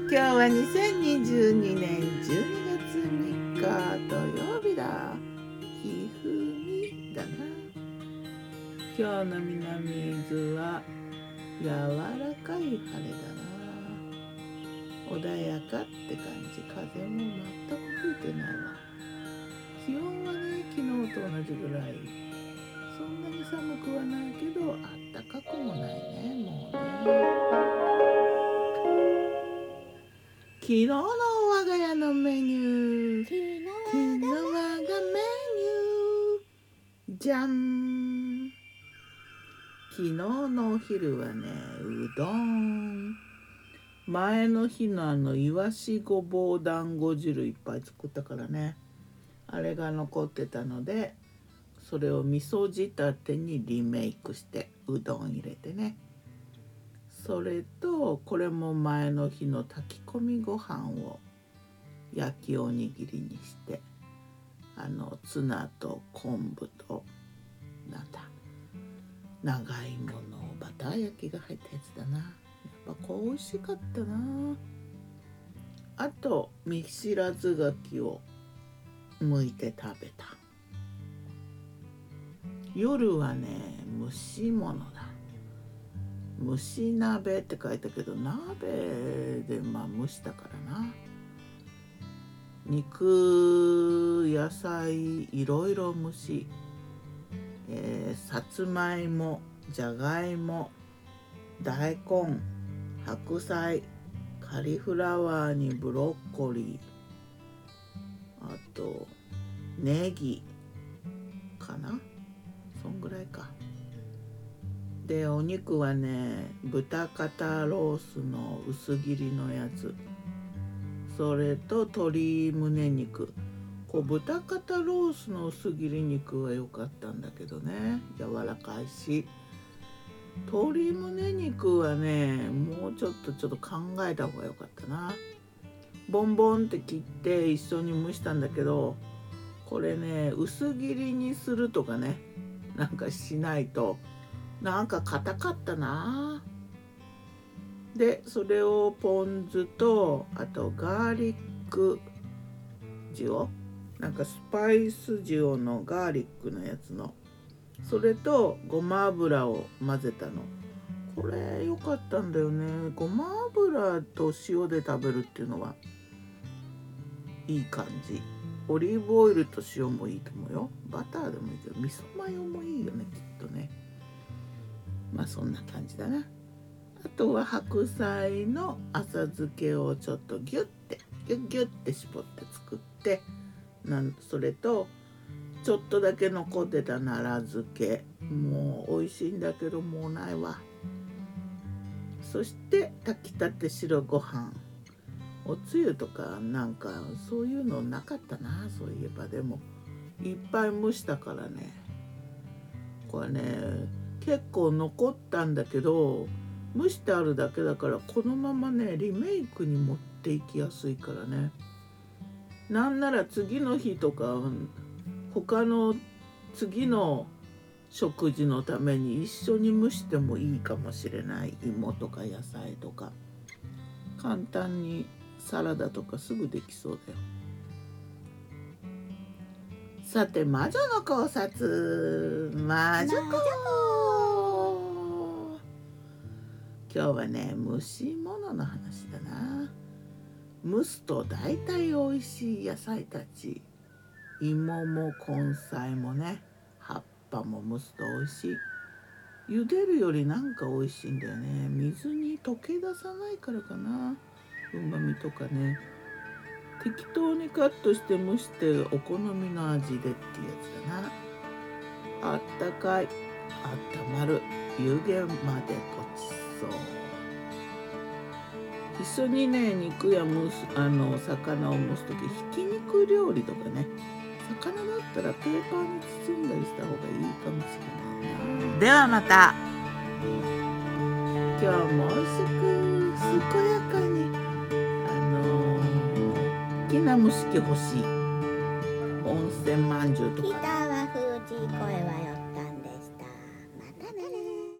今日は2022年12月3日土曜日だ。ひふみだな。今日の南伊豆は柔らかい晴れだな。穏やかって感じ。風も全く吹いてないわ。気温はね、昨日と同じぐらい。そんなに寒くはないけど、あったかくもないね、もうね。昨日の我が家のメニュー。昨日我がメニュー。じゃん。昨日のお昼はね、うどん。前の日のいわしごぼう団子汁いっぱい作ったからね。あれが残ってたので、それを味噌仕立てにリメイクしてうどん入れてね。それとこれも前の日の炊き込みご飯を焼きおにぎりにして、ツナと昆布と長芋のバター焼きが入ったやつだな。やっぱこう美味しかったな。あと見知らず柿を剥いて食べた。夜はね、蒸し物だ。蒸し鍋って書いたけど、鍋で蒸したからな。肉、野菜いろいろ蒸し、さつまいも、じゃがいも、大根、白菜、カリフラワーにブロッコリー、あとネギかな、そんぐらいか。でお肉はね、豚肩ロースの薄切りのやつ、それと鶏胸肉。豚肩ロースの薄切り肉は良かったんだけどね、柔らかいし。鶏胸肉はね、もうちょっと考えた方が良かったな。ボンボンって切って一緒に蒸したんだけど、これね、薄切りにするとかね、なんかしないとなんか硬かったな。でそれをポン酢と、あとガーリック塩、なんかスパイス塩のガーリックのやつの、それとごま油を混ぜたの。これ良かったんだよね。ごま油と塩で食べるっていうのはいい感じ。オリーブオイルと塩もいいと思うよ。バターでもいいけど、味噌マヨもいいよね、きっとね。そんな感じだな。あとは白菜の浅漬けをちょっとギュッて絞って作って、それとちょっとだけ残ってた奈良漬け、もう美味しいんだけどもうないわ。そして炊きたて白ご飯。おつゆとかなんかそういうのなかったな、そういえば。でもいっぱい蒸したからね、これね結構残ったんだけど、蒸してあるだけだからこのままねリメイクに持っていきやすいからね。なんなら次の日とか他の次の食事のために一緒に蒸してもいいかもしれない。芋とか野菜とか簡単にサラダとかすぐできそうだよ。さて、魔女の考察。魔女子。今日はね、蒸し物の話だな。蒸すと大体おいしい野菜たち。芋も根菜もね、葉っぱも蒸すとおいしい。茹でるよりなんか美味しいんだよね。水に溶け出さないからかな、うまみとかね。適当にカットして蒸してお好みの味でっていうやつだな。あったかい、あったまる、湯気までごちそう。一緒にね、肉や魚を蒸すとき、ひき肉料理とかね、魚だったらペーパーに包んだりした方がいいかもしれないな。ではまた。今日も美味しく健やかに好きな蒸し器欲しい。温泉まんじゅうとか